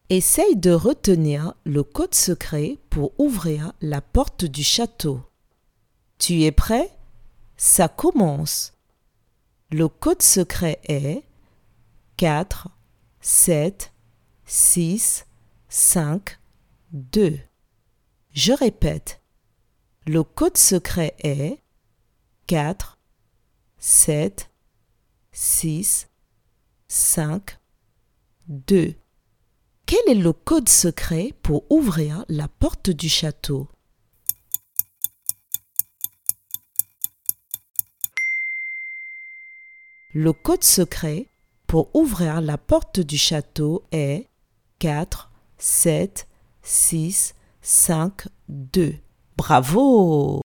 Essaye de retenir le code secret pour ouvrir la porte du château. Tu es prêt? Ça commence. Le code secret est 4, 7, 6, 5, 2. Je répète. Le code secret est 4, 7, 6, 5, 2. Quel est le code secret pour ouvrir la porte du château? Le code secret pour ouvrir la porte du château est 4, 7, 6, 5, 2. Bravo!